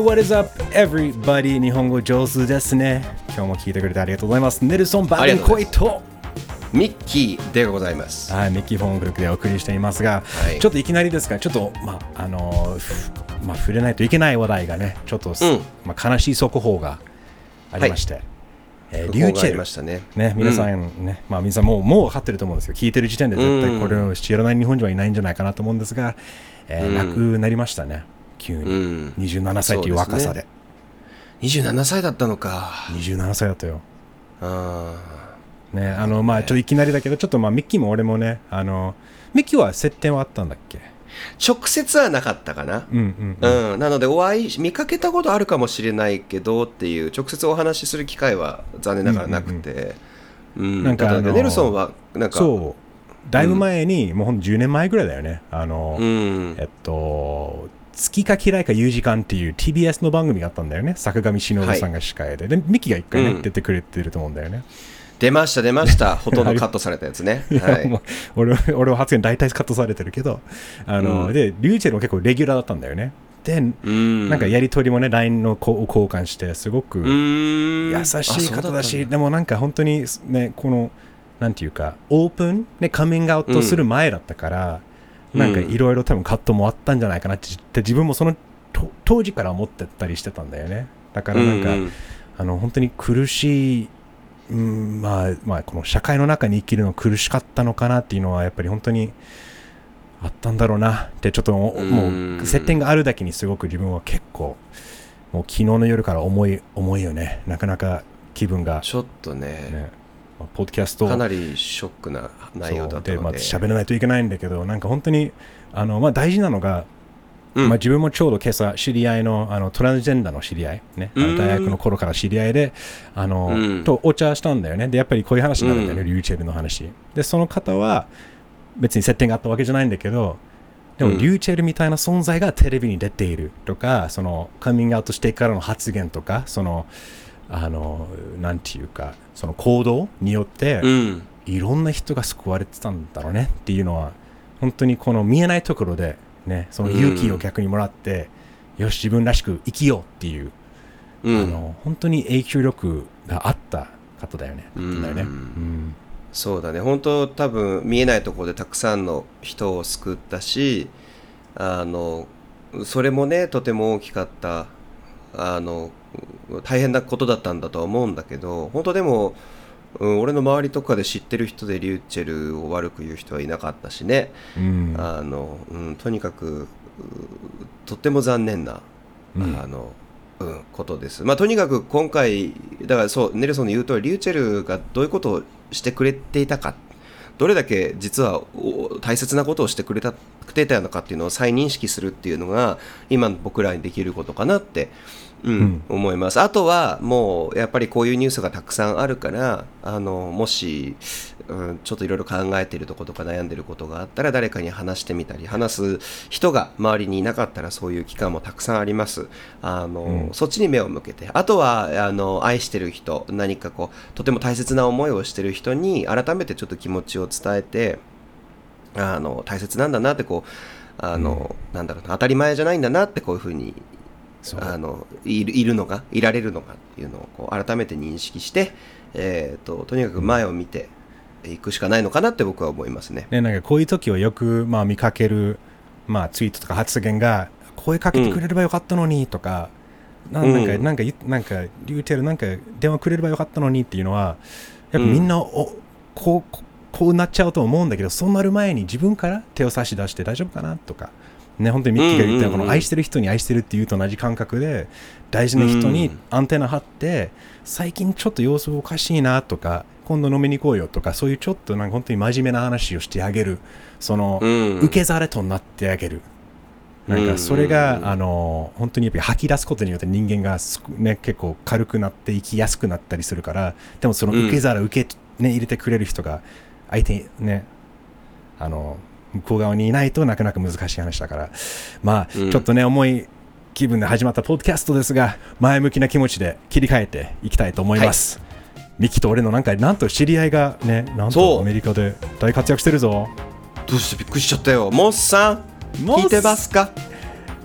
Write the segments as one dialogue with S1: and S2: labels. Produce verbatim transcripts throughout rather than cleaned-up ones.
S1: What is up, everybody? 日本語上手ですね。今日も聞いてくれてありがとうございます。ネルソン・バデンコイと
S2: ミッキーでございます。
S1: はい、ミッキーフォンクルクでお送りしていますが、はい、ちょっといきなりですが、ちょっと、まああのーまあ、触れないといけない話題がね、ちょっと、うんまあ、悲しい速報がありまして、はいえー、リューチェル、
S2: ましたね
S1: ね、皆さん、ねうんまあ、皆さんもう、もう分かってると思うんですよ。聞いてる時点で絶対これを知らない日本人はいないんじゃないかなと思うんですが、えーうん、亡くなりましたね。急に、うん、にじゅうななさいという若さで、ね、
S2: にじゅうななさいだったのか。
S1: にじゅうななさいだったよ。
S2: あ
S1: ね、あのまあちょっといきなりだけど、ちょっとまあミッキーも俺もね、あのミッキーは接点はあったんだっけ？
S2: 直接はなかったかな、うんうんうんうん、なのでお会い見かけたことあるかもしれないけどっていう直接お話しする機会は残念ながらなくて、うんうんうん、なんかあのネルソンはなんか
S1: そうだいぶ前に、うん、もうほんとじゅうねんまえぐらいだよね、あの、うん、えっと好きか嫌いか言う時間っていう ティービーエス の番組があったんだよね。坂上忍さんが司会で、はい、でミッキーが一回ね、うん、出てくれてると思うんだよね。
S2: 出ました出ましたほとんどカットされたやつねはい、
S1: 俺, 俺は発言大体カットされてるけど、あの、うん、でリューチェルも結構レギュラーだったんだよね。で、うん、なんかやり取りもね ライン の交換してすごく優しい方だし、でもなんか本当にね、このなんていうかオープン、ね、カミングアウトする前だったから、うん、なんかいろいろ多分カットもあったんじゃないかなって自分もその当時から思ってたりしてたんだよね。だからなんか、うんうん、あの本当に苦しいうんまあまあ、この社会の中に生きるの苦しかったのかなっていうのはやっぱり本当にあったんだろうなってちょっともう接点があるだけにすごく自分は結構もう昨日の夜から重い重いよね。なかなか気分が
S2: ちょっと ね,
S1: ねポッドキャスト
S2: かなりショックな内容だったので、
S1: まあ、喋らないといけないんだけど、なんか本当にあの、まあ、大事なのがうんまあ、自分もちょうど今朝知り合い の, あのトランスジェンダーの知り合い、ね、あの大学の頃から知り合いであの、うん、とお茶したんだよね。でやっぱりこういう話になるんだよね、うん、リューチェルの話で。その方は別に接点があったわけじゃないんだけど、でもリューチェルみたいな存在がテレビに出ているとか、そのカミングアウトしてからの発言とか、そのあのなんていうかその行動によって、うん、いろんな人が救われてたんだろうねっていうのは本当にこの見えないところでね、その勇気を逆にもらって、うん、よし自分らしく生きようっていう、うん、あの本当に影響力があった方だよね。うんだよねうん、
S2: そうだね。本当多分見えないところでたくさんの人を救ったし、あのそれもねとても大きかったあの大変なことだったんだとは思うんだけど、本当でもうん、俺の周りとかで知ってる人でリューチェルを悪く言う人はいなかったしね、うん、あのうん、とにかくとっても残念な、うん、あのうん、ことです。まあ、とにかく今回だからそうネルソンの言う通りリューチェルがどういうことをしてくれていたか、どれだけ実は大切なことをしてくれたくれたのかっていうのを再認識するっていうのが今の僕らにできることかなってうんうん、思います。あとはもうやっぱりこういうニュースがたくさんあるから、あのもし、うん、ちょっといろいろ考えているところとか悩んでいることがあったら誰かに話してみたり、話す人が周りにいなかったらそういう機会もたくさんあります。あの、うん、そっちに目を向けて、あとはあの愛してる人、何かこうとても大切な思いをしている人に改めてちょっと気持ちを伝えて、あの大切なんだなってこうあの、うん、なんだろうな、当たり前じゃないんだなってこういうふうにあの い, るいるのかいられるのかっていうのをこう改めて認識して、えー、と, とにかく前を見ていくしかないのかなって僕は思いますね。
S1: ね、なんかこういう時はよく、まあ、見かける、まあ、ツイートとか発言が声かけてくれればよかったのにとか、うん、なんか、うん、なんかなんかリューチェルなんか電話くれればよかったのにっていうのはやっぱみんな、うん、おこうこうなっちゃうと思うんだけど、そうなる前に自分から手を差し出して大丈夫かなとかね、本当にミッキーが言ったこの愛してる人に愛してるっていうと同じ感覚で大事な人にアンテナ張って最近ちょっと様子おかしいなとか今度飲みに行こうよとかそういうちょっとなんか本当に真面目な話をしてあげる、その受け皿となってあげる、なんかそれがあの本当にやっぱり吐き出すことによって人間がね結構軽くなって生きやすくなったりするから、でもその受け皿受けね入れてくれる人が相手にねあの向こう側にいないとなかなか難しい話だから、まあ、うん、ちょっとね重い気分で始まったポッドキャストですが前向きな気持ちで切り替えていきたいと思います、はい、ミキと俺のなんかなんと知り合いがねなんとアメリカで大活躍してるぞ。
S2: どうしてびっくりしちゃったよ。モスさん聞いてますか？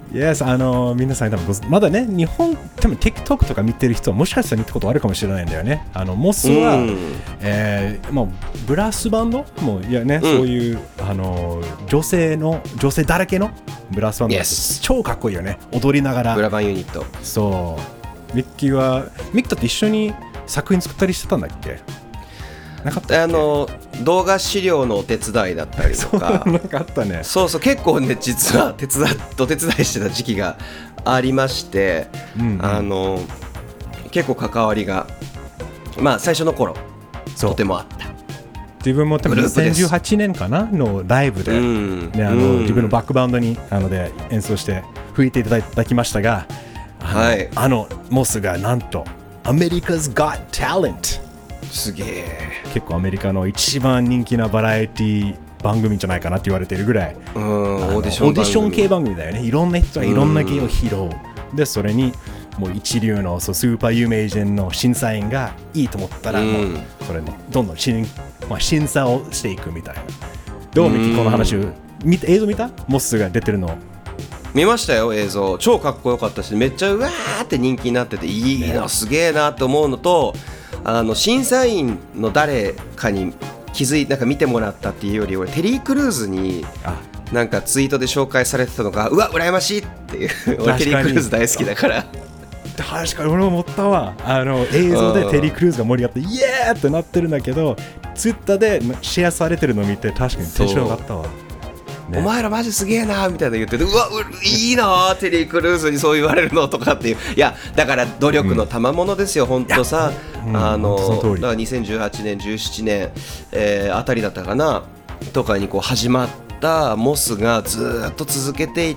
S1: Yes、あの皆さん多分ごまだね、日本、多分 TikTok とか見てる人はもしかしたら見たことあるかもしれないんだよね。あのモスは、
S2: うん
S1: えー、もうブラスバンドもういやね、
S2: うん、
S1: そういうあの女性の女性だらけのブラスバンド、
S2: yes、
S1: 超かっこいいよね、踊りながら。
S2: ブラバンユニット。
S1: そうミッキーはミッキーと一緒に作品作ったりしてたんだっけ？なかったっけ？
S2: あの動画資料のお手伝いだったりとか
S1: なんかあったね。
S2: そうそう結構ね実は手伝お手伝いしてた時期がありまして、うんうん、あの結構関わりがまあ最初の頃とてもあった。
S1: 自分も多分にせんじゅうはちねんかなのライブで、うんね、あの、うん、自分のバックバンドにあので演奏して吹いていただきましたが、あの、はい、あのモスがなんとアメリカ 's Got Talent、
S2: すげえ、
S1: 結構アメリカの一番人気なバラエティ番組じゃないかなって言われているぐらい、
S2: うん、オーディション
S1: オーディション系番組だよね。いろんな人がいろんな芸を披露、うん、でそれにもう一流のそうスーパー有名人の審査員がいいと思ったら、うん、もうそれねどんどん審、まあ、審査をしていくみたいな。どうミキこの話を見た、映像見た？モスが出てるの
S2: 見ましたよ。映像超かっこよかったし、めっちゃうわーって人気になってていいな、ね、すげえなって思うのと、あの審査員の誰かに気づいなんか見てもらったっていうより、俺テリー・クルーズになんかツイートで紹介されてたのがうわ羨ましいっていう俺テリー・クルーズ大好きだから
S1: 確かに俺も思ったわ。あの映像でテリー・クルーズが盛り上がってイエーってなってるんだけど、ツイッターでシェアされてるのを見て確かにテンション上がったわ。ね、
S2: お前らマジすげえなみたいな言ってて、うわいいなテリー・クルーズにそう言われるのとかっていう、いやだから努力の賜物ですよ、うん、本当さ、うん、あのだからにせんじゅうはちねんじゅうななねん、えー、あたりだったかなとかにこう始まったモスがずっと続けていって、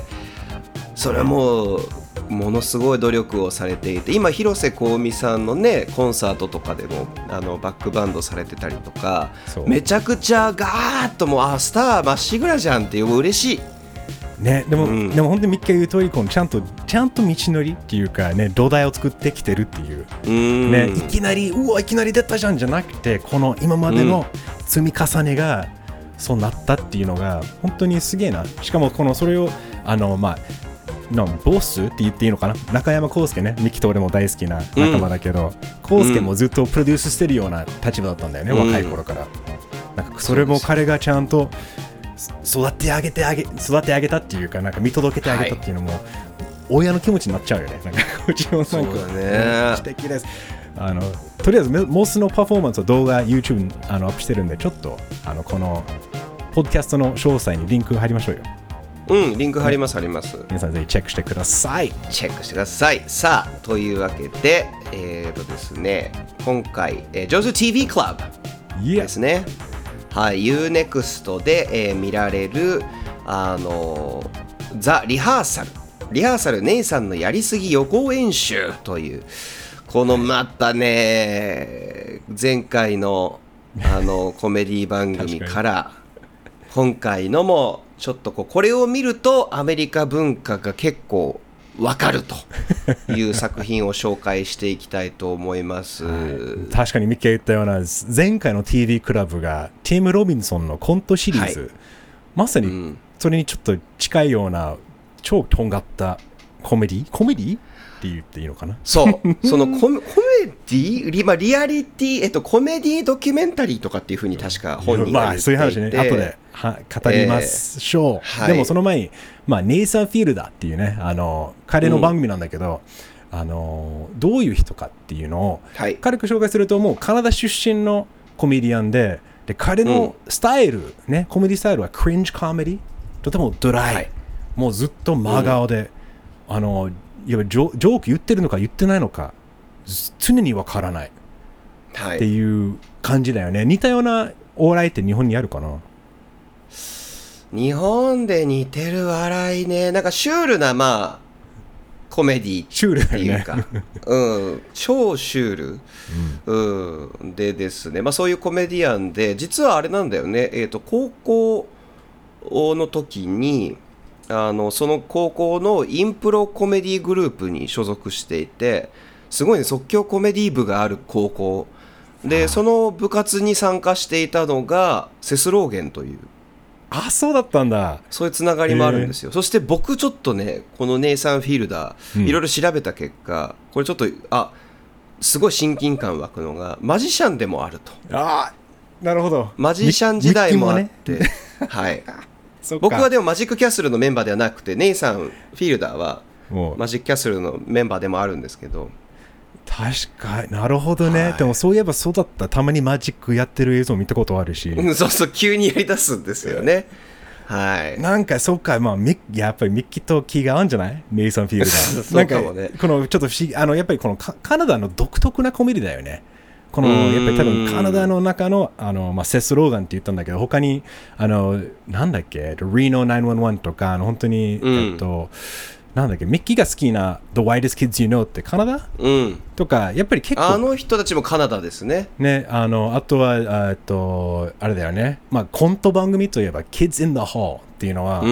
S2: それはもうものすごい努力をされていて、今広瀬香美さんのねコンサートとかでもあのバックバンドされてたりとか、めちゃくちゃガーッともうあスターまっしぐらじゃんっていう嬉しい
S1: ね。でも、うん、でも本当にミッキーが言う通り、このちゃんとちゃんと道のりっていうかね、土台を作ってきてるっていう、
S2: うん
S1: ね、いきなりうわいきなり出たじゃんじゃなくて、この今までの積み重ねがそうなったっていうのが本当にすげえな。しかもこのそれをあのまあのボスって言っていいのかな、中山康介ね、ミキと俺も大好きな仲間だけど、康介、うん、もずっとプロデュースしてるような立場だったんだよね、うん、若い頃から。なんかそれも彼がちゃんと育て上げてあげ育て上げたっていうか、なんか見届けてあげたっていうのも、はい、親の気持ちになっちゃうよね。なんかうちもなんか
S2: そうだね、
S1: 素敵です。あのとりあえずモスのパフォーマンスを動画 YouTube にあのアップしてるんで、ちょっとあのこのポッドキャストの詳細にリンク貼りましょうよ。
S2: うん、リンク貼ります貼ります。
S1: 皆さんぜひチェックしてください。
S2: チェックしてください。さあというわけで、えーとですね、今回、えー、ジョーズ ティーブイ クラブですね。はい、ユーネクスト で、えー、見られるあのザ・リハーサルリハーサルネイさんのやりすぎ予行演習という、このまたね前回のあのコメディ番組から今回のもちょっとこうこれを見るとアメリカ文化が結構わかるという作品を紹介していきたいと思います、はい、
S1: 確かにミッキーが言ったような前回の ティーブイ クラブがティム・ロビンソンのコントシリーズ、はい、まさにそれにちょっと近いような超とんがったコメディコメディって言っていいのかな。
S2: そうそのコメ、コメディリ、まあ、リアリティ、えっと、コメディドキュメンタリーとかっていうふうに確か本人が言っていて、まあ、そういう話ね
S1: 後では語りましょう、えーはい、でもその前に、まあ、ネイサン・フィールダーっていうねあの彼の番組なんだけど、うん、あのどういう人かっていうのを、はい、軽く紹介すると、もうカナダ出身のコメディアンで、で彼のスタイル、うんね、コメディスタイルはクリンジコメディ、とてもドライ、はい、もうずっと真顔で、うん、あのいやジョ、ジョーク言ってるのか言ってないのか常にわからない、はい、っていう感じだよね。似たようなお笑いって日本にあるかな。
S2: 日本で似てる笑いね、なんかシュールなまあコメディっていうか、ねうん、超シュール、うんうん、でですね、まあ、そういうコメディアンで、実はあれなんだよね、えーと、高校の時にあのその高校のインプロコメディグループに所属していて、すごいね即興コメディ部がある高校で、その部活に参加していたのがセスローゲンという
S1: あ、そうだったんだ。
S2: そういうつながりもあるんですよ。そして僕ちょっとね、このネイサン・フィールダー、いろいろ調べた結果、これちょっと、あ、すごい親近感湧くのが、マジシャンでもあると。
S1: ああ、なるほど。
S2: マジシャン時代もあって、
S1: ね、
S2: はい。僕はでもマジックキャッスルのメンバーではなくて、ネイサン・フィールダーはマジックキャッスルのメンバーでもあるんですけど。
S1: 確かになるほどね、はい、でもそういえばそうだった。たまにマジックやってる映像見たことあるし、
S2: そうそう、急にやりだすんですよね。はい、
S1: なんかそうか、まあ、やっぱりミッキーと気が合うんじゃない？ネイサン・フィールダーそうかもね。なんかこのちょっと不思議、あのやっぱりこの カ, カナダの独特なコメディだよね。このやっぱり多分カナダの中の、あの、まあ、セス・ローガンって言ったんだけど、他にあのなんだっけ Reno ナインワンワンとか、あの本当に、うん、えっとなんだっけ、ミッキーが好きな The Whitest Kids You Know ってカナダ、うん、とか、やっぱり結構
S2: あの人たちもカナダですね。
S1: ね、あのあとはあとあれだよね、まあ、コント番組といえば Kids in the Hall っていうのは、うん、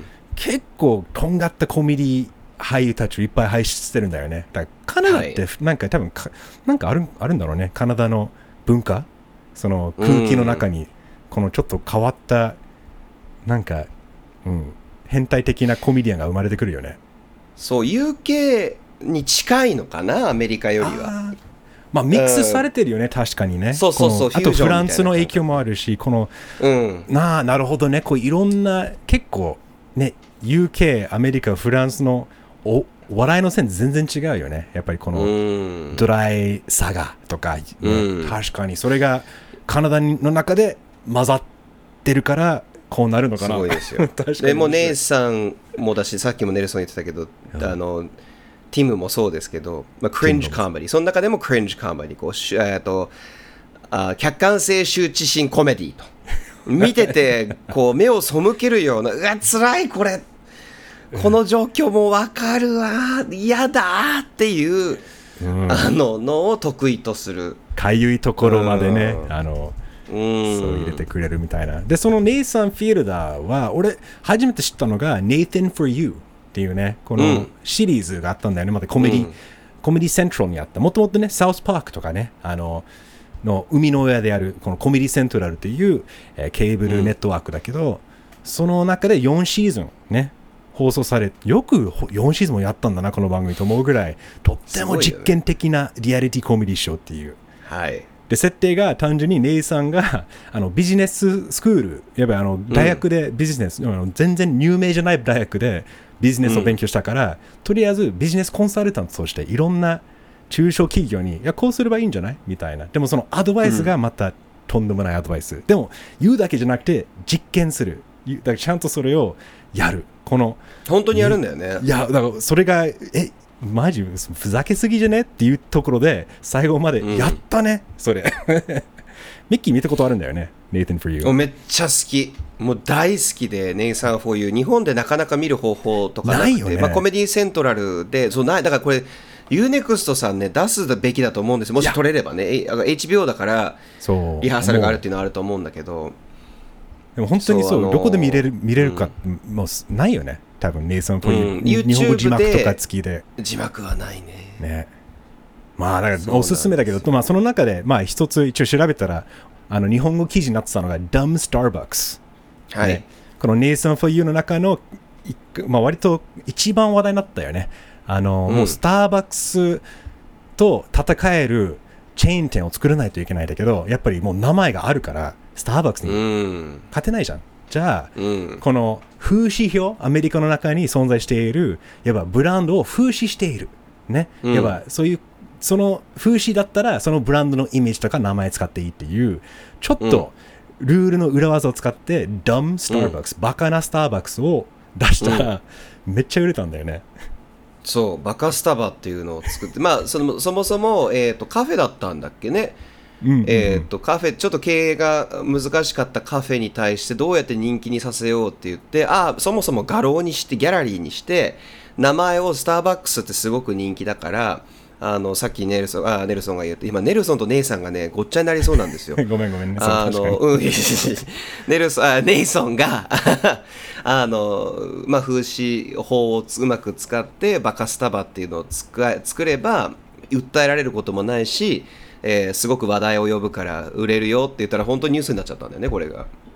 S1: 結構とんがったコメディ俳優たちをいっぱい輩出してるんだよね。だからカナダってなんか、はい、多分かなんかあるあるんだろうね、カナダの文化、その空気の中にこのちょっと変わったなんか、うん、変態的なコメディアンが生まれてくるよね。
S2: そう、ユーケー に近いのかな、アメリカよりは。
S1: まあミックスされてるよね、うん、確かにね。
S2: そうそうそう、
S1: あとフランスの影響もあるし、この、うん、なあ、なるほどね、こういろんな結構ね、ユーケー、アメリカ、フランスのお笑いの線全然違うよね。やっぱりこのドライさがとか、ね、うん、確かにそれがカナダの中で混ざってるからこうなるのかな。
S2: すごいですよ。確かにでも姉さんもだし、さっきもネルソン言ってたけど、うん、あのティムもそうですけど、まあ、クリンジコメディ、その中でもクリンジコメディ、こうえーとあ客観性羞恥心コメディと見ててこう目を背けるような、うわ辛いこれ。この状況も分かるわ、嫌だっていう、うん、あののを得意とする。
S1: かゆいところまでね、うん、あの、うん、そう入れてくれるみたいな。で、そのネイサン・フィールダーは、俺、初めて知ったのが、Nathan for You っていうね、このシリーズがあったんだよね、またコメディ、うん、コメディセントラルにあった。もともとね、サウスパークとかね、あの、の生みの親である、このコメディセントラルという、えー、ケーブルネットワークだけど、うん、その中でよんシーズンね、放送され、よくよんシーズンもやったんだなこの番組と思うぐらい、とっても実験的なリアリティコメディショーっていう、
S2: はい、
S1: で設定が単純にネイさんがあのビジネススクール、やっぱりあの大学でビジネス、うん、全然有名じゃない大学でビジネスを勉強したから、うん、とりあえずビジネスコンサルタントとしていろんな中小企業に、いやこうすればいいんじゃないみたいな。でもそのアドバイスがまたとんでもないアドバイス、うん、でも言うだけじゃなくて実験する、だからちゃんとそれをやる。この
S2: 本当にやるんだよね。
S1: いやだからそれがえマジふざけすぎじゃねっていうところで最後までやったね、うん、それミッキー見たことあるんだよね、 Nathan for You。
S2: めっちゃ好き、もう大好きで、ネイサン for You 日本でなかなか見る方法とかなくてないよね、まあ、コメディセントラルでそうない。だからこれ ユーネクスト さんね出すべきだと思うんですよ、もし取れればね。エイチビーオー だからリハーサルがあるっていうのはあると思うんだけど、
S1: でも本当にそう、そう、あのー、どこで見れる見れるか、うん、もうないよね多分。ネイサン for You、うん、日本語字幕とか付きで。
S2: 字幕はないね。
S1: ね、まあだからおすすめだけど、まあその中でまあ一つ一応調べたら、あの日本語記事になってたのが Dumb Starbucks、
S2: はい、
S1: ね、このネイサン for You の中の、まあ割と一番話題になったよね。あの、うん、もうスターバックスと戦えるチェーン店を作らないといけないんだけど、やっぱりもう名前があるからスターバックスに勝てないじゃん。じゃあ、うん、この風刺表、アメリカの中に存在しているやっぱブランドを風刺している、ね、うん、やっぱそういうその風刺だったらそのブランドのイメージとか名前使っていいっていうちょっとルールの裏技を使って、うん、Dumb Starbucks、うん、バカなスターバックスを出したら、うん、めっちゃ売れたんだよね。
S2: そうバカスタバっていうのを作ってまあそのそもそも、えーと、カフェだったんだっけね。うんうんうん、えー、とカフェちょっと経営が難しかったカフェに対してどうやって人気にさせようって言って、あそもそも画廊にしてギャラリーにして名前をスターバックスってすごく人気だから、あのさっきネルソンあネルソンが言って、今ネルソンとネイさんがねごっちゃになりそうなんですよ
S1: ごめんごめんね。
S2: あの、うん、ネルソンあネイソンがあの、まあ、風刺法をうまく使ってバカスタバっていうのを作れば訴えられることもないし、えー、すごく話題を呼ぶから売れるよって言ったら本当にニュースになっちゃったんだよね、これが。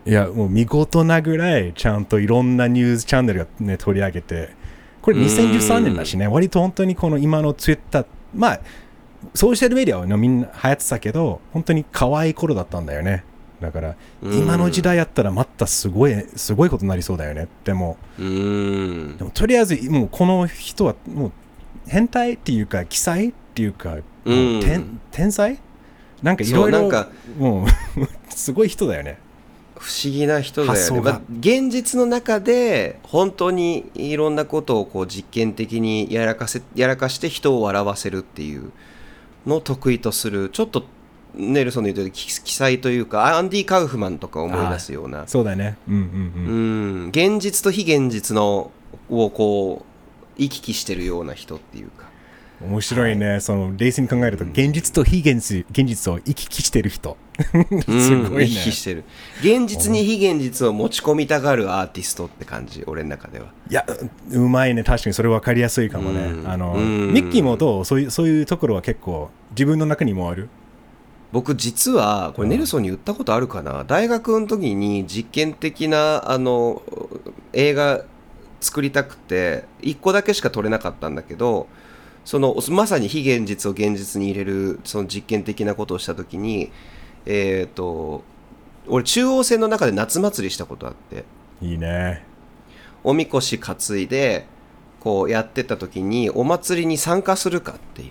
S1: いやもう見事なぐらいちゃんといろんなニュースチャンネルが、ね、取り上げて、これにせんじゅうさんねんだしね、割と本当にこの今のツイッター、まあソーシャルメディアは、ね、みんな流行ってたけど本当に可愛い頃だったんだよね。だから今の時代やったらまたすごいすごいことになりそうだよね。でも
S2: うーん
S1: でもとりあえずもうこの人はもう変態っていうか奇才っていうか、もう天天才なんかいろいろもうすごい人だよね。
S2: 不思議な人だよね、まあ、現実の中で本当にいろんなことをこう実験的にやらかせやらかして人を笑わせるっていうのを得意とする、ちょっとネルソンの言うとおり奇才というかアンディ・カウフマンとか思い出すような。
S1: そうだね、うんうんうん、
S2: うん現実と非現実のをこう行き来してるような人っていうか。
S1: 面白いね、はい、その冷静に考えると現実と非現実、現実を行き来してる人すごいね、
S2: 行き来してる現実に非現実を持ち込みたがるアーティストって感じ、俺の中では。
S1: いやうまいね、確かにそれ分かりやすいかもね。あのミッキーもどうそういう、そういうところは結構自分の中にもある？
S2: 僕実はこれネルソンに言ったことあるかな、うん、大学の時に実験的なあの映画作りたくていっこだけしか撮れなかったんだけど、そのまさに非現実を現実に入れるその実験的なことをした時に、えーと俺中央線の中で夏祭りしたことあって、
S1: いいね、
S2: おみこし担いでこうやってた時にお祭りに参加するかっていう、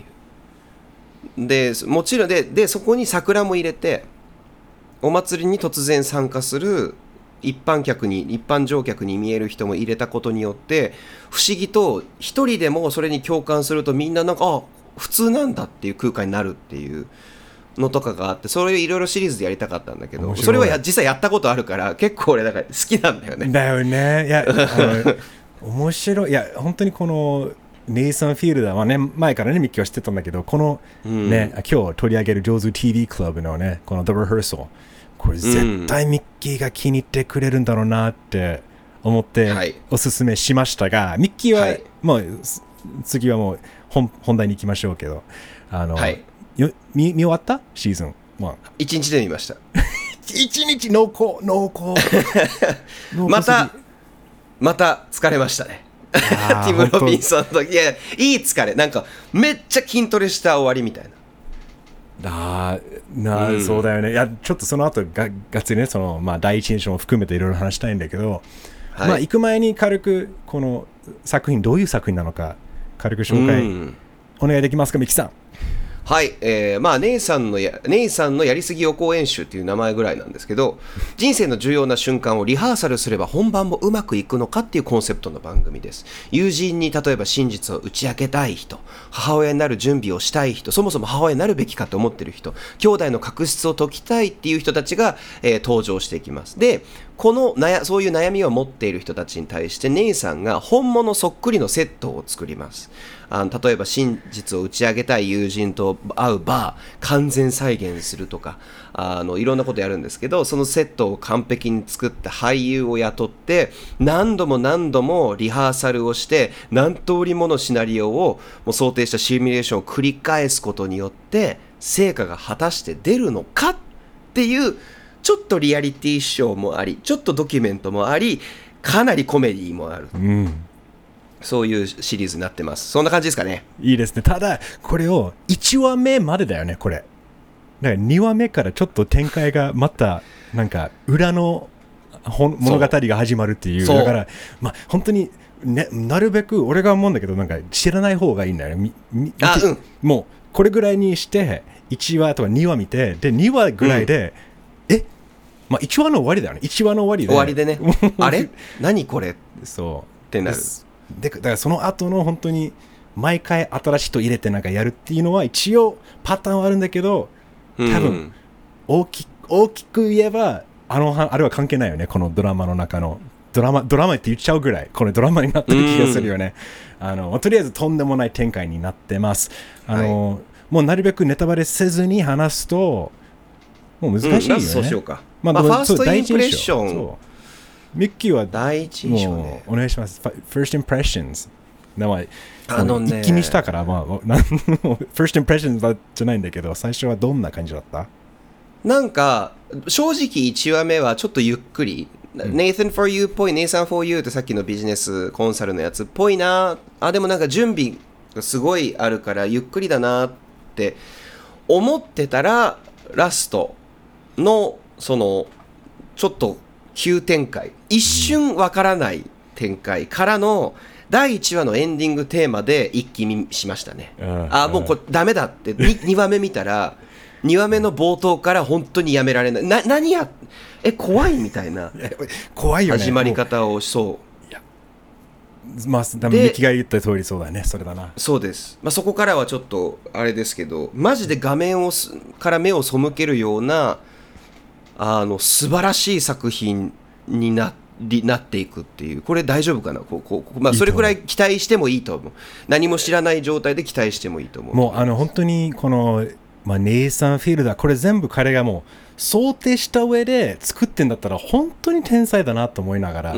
S2: でもちろん で, でそこに桜も入れてお祭りに突然参加する一般客に一般乗客に見える人も入れたことによって不思議と一人でもそれに共感するとみんななんかあ普通なんだっていう空間になるっていうのとかがあって、それをいろいろシリーズでやりたかったんだけど、それはや実際やったことあるから結構俺だから好きなんだよね。
S1: だよね。いやあの面白い。いや本当にこのネイサン・フィールダーはね前からねミッキーは知ってたんだけど、このね、うん、今日取り上げる上手 ティーブイ クラブのねこの The Rehearsal、これ絶対ミッキーが気に入ってくれるんだろうなって思っておすすめしましたが、はい、ミッキーは、はい、もう次はもう 本, 本題に行きましょうけど、あの、はい、見, 見終わったシーズン
S2: いちにちで見ました。
S1: いちにち濃厚濃厚
S2: またまた疲れましたね。ティム・ロビンソンといやいい疲れ、なんかめっちゃ筋トレした終わりみたいな。
S1: あな、うん、そうだよね。いやちょっとその後ががっつりねその、まあ、第一印象も含めていろいろ話したいんだけど、はい、まあ、行く前に軽くこの作品どういう作品なのか軽く紹介、うん、お願いできますか、ミキさん。
S2: はい、えーまあ、ネイさんのやネイさんのやりすぎ予行演習っていう名前ぐらいなんですけど、人生の重要な瞬間をリハーサルすれば本番もうまくいくのかっていうコンセプトの番組です。友人に例えば真実を打ち明けたい人、母親になる準備をしたい人、そもそも母親になるべきかと思ってる人、兄弟の確執を解きたいっていう人たちが、えー、登場していきます。でこの悩そういう悩みを持っている人たちに対してネイさんが本物そっくりのセットを作ります。あの例えば真実を打ち明けたい友人と会うバー完全再現するとか、あのいろんなことやるんですけど、そのセットを完璧に作った俳優を雇って何度も何度もリハーサルをして何通りものシナリオをもう想定したシミュレーションを繰り返すことによって成果が果たして出るのかっていうちょっとリアリティショーもあり、ちょっとドキュメントもあり、かなりコメディもある、うん、そういうシリーズになってます。そんな感じですかね。
S1: いいですね。ただこれをいちわめまでだよね。これだからにわめからちょっと展開がまたなんか裏の物語が始まるっていう。だからまあ本当に、ね、なるべく俺が思うんだけどなんか知らない方がいいんだよね。あ、うん、もうこれぐらいにしていちわとかにわ見て、でにわぐらいで、うん、えまあ、いちわの終わりだよね。いちわの終わりで
S2: 終わりでねあれ何これ
S1: そう
S2: ってなる。
S1: でだからその後の本当に毎回新しい人入れてなんかやるっていうのは一応パターンはあるんだけど、多分大き、大きく言えばあのあれは関係ないよね。このドラマの中のドラマドラマって言っちゃうぐらいこれドラマになってる気がするよね。あのとりあえずとんでもない展開になってます。あの、はい、もうなるべくネタバレせずに話すともう難しいよね。うん、
S2: そうしようか。まあ、まあ、ファーストインプレッション。
S1: ミッキーは
S2: 第一印象ね。
S1: お願いします。First impressions。名前
S2: あのね、
S1: 一気にしたから、まあ、First impressions じゃないんだけど、最初はどんな感じだった？
S2: なんか正直いちわめはちょっとゆっくり、うん、Nathan for you っぽい Nathan for you ってさっきのビジネスコンサルのやつっぽいなあ、でもなんか準備がすごいあるからゆっくりだなって思ってたら、ラストのそのちょっと急展開、一瞬わからない展開からのだいいちわのエンディングテーマで一気見しましたね。ああもうこれダメだって 2, にわめ見たらにわめの冒頭から本当にやめられない。な何やえ怖いみたいな
S1: 怖いよね
S2: 始まり方をそう。
S1: いやまあ多分ミキが言った通りそうだね。それだな。
S2: そうです、まあ、そこからはちょっとあれですけど、マジで画面をすから目を背けるようなあの素晴らしい作品にななっていくっていう。これ大丈夫かな。こうこう、まあ、それくらい期待してもいいと思う。何も知らない状態で期待してもいいと思う。
S1: もうあの本当にこの、まあ、ネイサン・フィールダー、これ全部彼がもう想定した上で作ってんだったら本当に天才だなと思いながら、うん、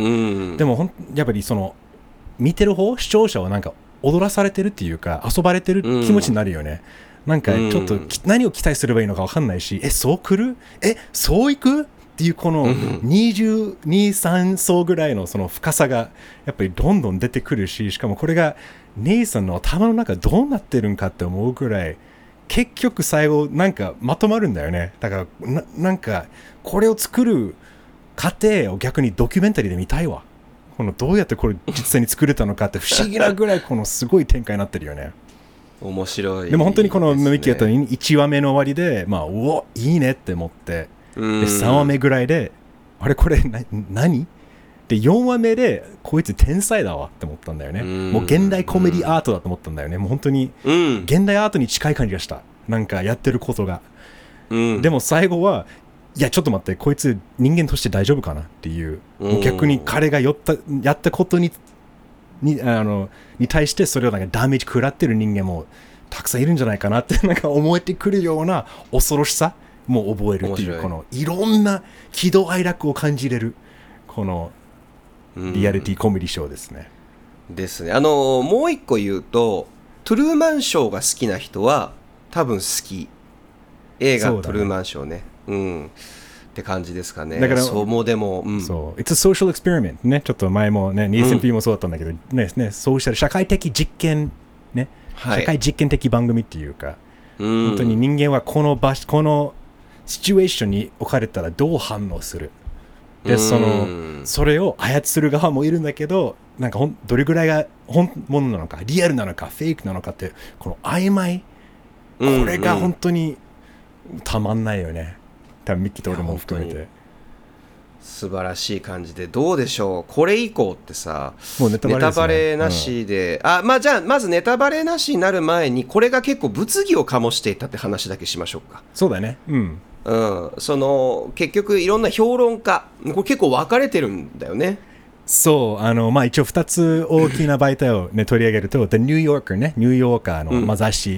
S1: でもほんやっぱりその見てる方視聴者はなんか踊らされてるっていうか遊ばれてる気持ちになるよね、うん、なんかちょっと、うん、何を期待すればいいのか分かんないし、えそう来るえそういくっていうこのにじゅうに、さん層ぐらいのその深さがやっぱりどんどん出てくるし、しかもこれがネイさんの頭の中どうなってるんかって思うぐらい結局最後なんかまとまるんだよね。だからな、なんかこれを作る過程を逆にドキュメンタリーで見たいわ。このどうやってこれ実際に作れたのかって不思議なぐらいこのすごい展開になってるよね。
S2: 面白いですね。
S1: でも本当にこのミキやったようにいちわめの終わりで、まあ、うおいいねって思って、でさんわめぐらいであれこれな何でよんわめでこいつ天才だわって思ったんだよね。うもう現代コメディアートだと思ったんだよね。もう本当に現代アートに近い感じがした。なんかやってることが、うん、でも最後はいやちょっと待ってこいつ人間として大丈夫かなっていう、うん、もう逆に彼がやったやったことににあのに対してそれをなんかダメージ食らってる人間もたくさんいるんじゃないかなってなんか思えてくるような恐ろしさもう覚えるっていう、このいろんな喜怒哀楽を感じれるこのリアリティコメディショーですね。
S2: ですね。あのもう一個言うと、トゥルーマンショーが好きな人は多分好き。映画、ね、トゥルーマンショーね。うん。って感じですかね。だからそうもうでも、うん、
S1: そう。It's a social experiment ね。ちょっと前もね、ニーセン P もそうだったんだけど、うん、ねねソーシャル社会的実験ね、はい、社会実験的番組っていうか、うん、本当に人間はこの場所このシチュエーションに置かれたらどう反応する。でそのそれを操る側もいるんだけど、なんかほんどれぐらいが本物なのかリアルなのかフェイクなのかってこの曖昧、これが本当にたまんないよね。多分ミッキーと俺も含めて
S2: 素晴らしい感じで、どうでしょうこれ以降ってさ、もうネタバレですね、ネタバレなしで、うん、あまあじゃあまずネタバレなしになる前にこれが結構物議を醸していたって話だけしましょうか。
S1: そうだね。うん
S2: うん、その結局いろんな評論家これ結構分かれてるんだよね。
S1: そうあの、まあ、一応ふたつ大きな媒体を、ね、取り上げると The New Yorker ね、ニューヨーカーの、うんまあ、雑誌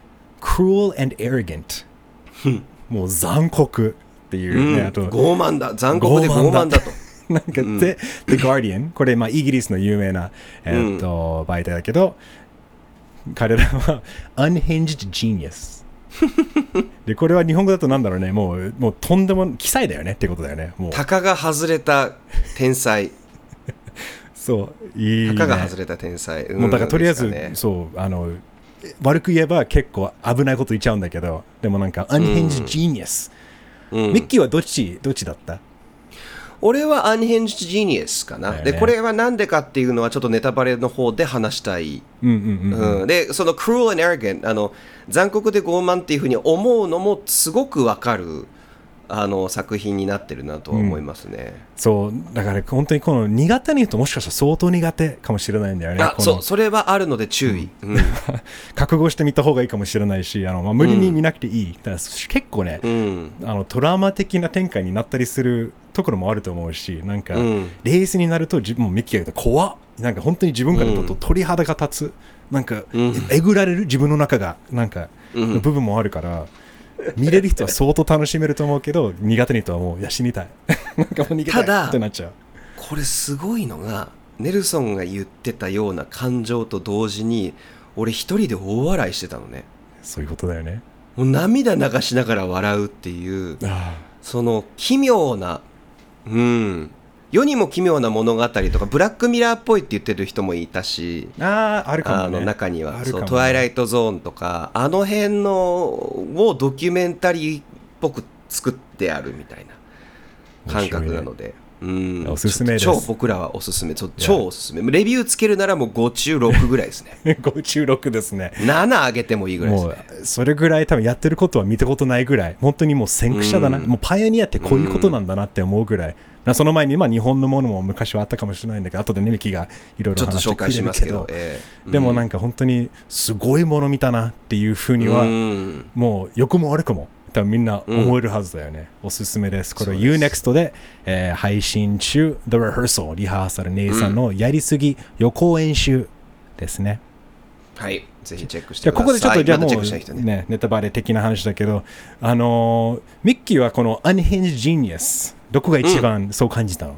S1: Cruel and Arrogant もう残酷っていうね、うん、あと
S2: 傲慢だ、残酷で傲慢だと
S1: なんかで、うん、The Guardian これ、まあ、イギリスの有名な、えーっとうん、媒体だけど彼らは Unhinged Genius でこれは日本語だとなんだろうね、もう、もうとんでも奇才だよねってことだよね。もう
S2: 鷹が外れた天才
S1: そういい、ね、
S2: 鷹が外れた天才、うん、
S1: もうだからとりあえず、ね、そうあの悪く言えば結構危ないこと言っちゃうんだけど、でもなんか Unhinged Genius、うん、ミッキーはどっちどっちだった？
S2: 俺は Unhinged Genius かな、ね、でこれはなんでかっていうのはちょっとネタバレの方で話したい、うんうんうんうん、でその Cruel and Arrogant あの残酷で傲慢っていうふうに思うのもすごくわかるあの作品になってるなと思いますね、うん、
S1: そうだから本当にこの苦手に言うともしかしたら相当苦手かもしれないんだよね。
S2: あそうそれはあるので注意、うんうん、
S1: 覚悟してみた方がいいかもしれないし、あの、まあ、無理に見なくていい、うん、だから結構ね、うん、あのトラウマ的な展開になったりするところもあると思うし、なんか、うん、冷静になると自分もミッキーが言うと怖っ、なんか本当に自分から言うと鳥肌が立つ、なんか、うん、えぐられる自分の中がなんか、うん、の部分もあるから見れる人は相当楽しめると思うけど苦手な人はもういや死にたいなんかもう逃げたいってなっちゃう。
S2: これすごいのがネルソンが言ってたような感情と同時に俺一人で大笑いしてたのね。
S1: そういうことだよね。
S2: もう涙流しながら笑うっていう、 その奇妙な、うん、世にも奇妙な物語とかブラックミラーっぽいって言ってる人もいたし、
S1: ああ、あるかもね。
S2: あの中にはそう
S1: あるかもね。
S2: トワイライトゾーンとかあの辺のをドキュメンタリーっぽく作ってあるみたいな感覚なので、うん、
S1: おすすめです。
S2: 超僕らはおすすめ、超おすすめ。レビューつけるならもうご中ろくぐらいですね。
S1: ご中ろくですね。
S2: なな上げてもいいぐらいですね。
S1: もうそれぐらい多分やってることは見たことないぐらい、本当にもう先駆者だな、
S2: うん、
S1: もうパイオニアってこういうことなんだなって思うぐらい、うん、その前にまあ日本のものも昔はあったかもしれないんだけど、後でねミキがいろいろ話してくれるけど、
S2: えー、
S1: でもなんか本当にすごいもの見たなっていうふうには、うん、もう良くも悪くも多分みんな思えるはずだよね、うん、おすすめです。これは ユーネクスト で、えー、配信中 The Rehearsal リハーサル姉さんのやりすぎ予行演習ですね、
S2: うん、はい、ぜひチェックしてください。
S1: ここでちょっとじゃあもう、ねね、ネタバレ的な話だけど、あのー、ミッキーはこの Unhinged Genius どこが一番そう感じたの、うん、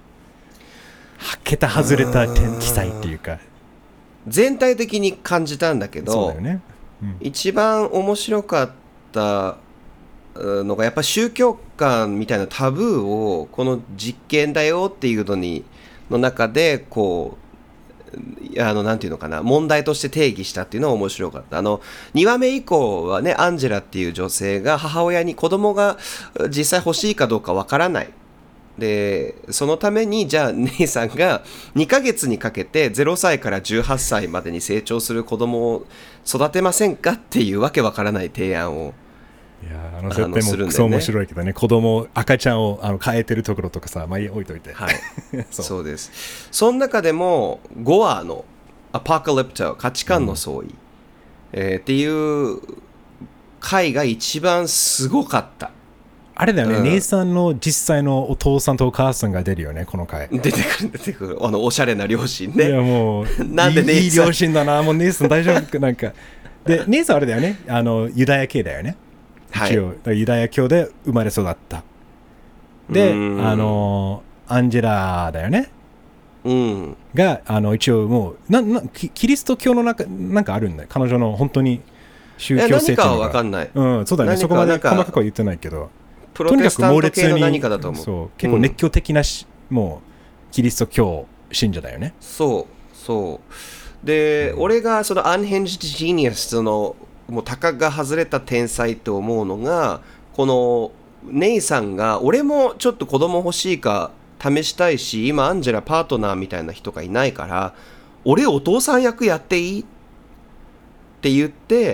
S1: 桁外れた記載っていうか、
S2: 全体的に感じたんだけど、
S1: そうだよね、
S2: うん、一番面白かったのがやっぱ宗教観みたいなタブーをこの実験だよっていうのにの中でこうあのなんていうのかな、問題として定義したっていうのは面白かった。あのにわめ以降はね、アンジェラっていう女性が母親に子供が実際欲しいかどうかわからないで、そのためにじゃあ姉さんがにかげつにかけてゼロさいからじゅうはっさいまでに成長する子供を育てませんかっていうわけわからない提案を、
S1: いやあの設定もクソ面白いけどね、子供赤ちゃんをあの変えてるところとかさ、まあ置いといて、
S2: はいそう、そうです。その中でもゴアのアパカリプト価値観の相違、うんえー、っていう回が一番すごかった。
S1: あれだよね、
S2: うん、
S1: 姉さんの実際のお父さんとお母さんが出るよね、この回。
S2: 出てくる出てくる、あのおしゃれな両親ね。
S1: いやもう
S2: なんで姉さん
S1: いい両親だな、もう姉さん大丈夫なんかで姉さんあれだよね、あのユダヤ系だよね。一応、はい、ユダヤ教で生まれ育った。で、あのアンジェラだよね。
S2: うん、
S1: があの一応もうななキリスト教の中なんかあるんだよ、彼女の本当に宗教性っていうのが。
S2: 何かは分かんない。
S1: うん、そうだね。そこまで細かくは言ってないけど。
S2: プロテスタント系の何かだと思う。
S1: そう結構熱狂的なし、うん、もうキリスト教信者だよね。
S2: そうそうで、うん、俺がその Unhinged Genius そのもうタカが外れた天才と思うのが、このネイさんが俺もちょっと子供欲しいか試したいし、今アンジェラパートナーみたいな人がいないから俺お父さん役やっていいって言って、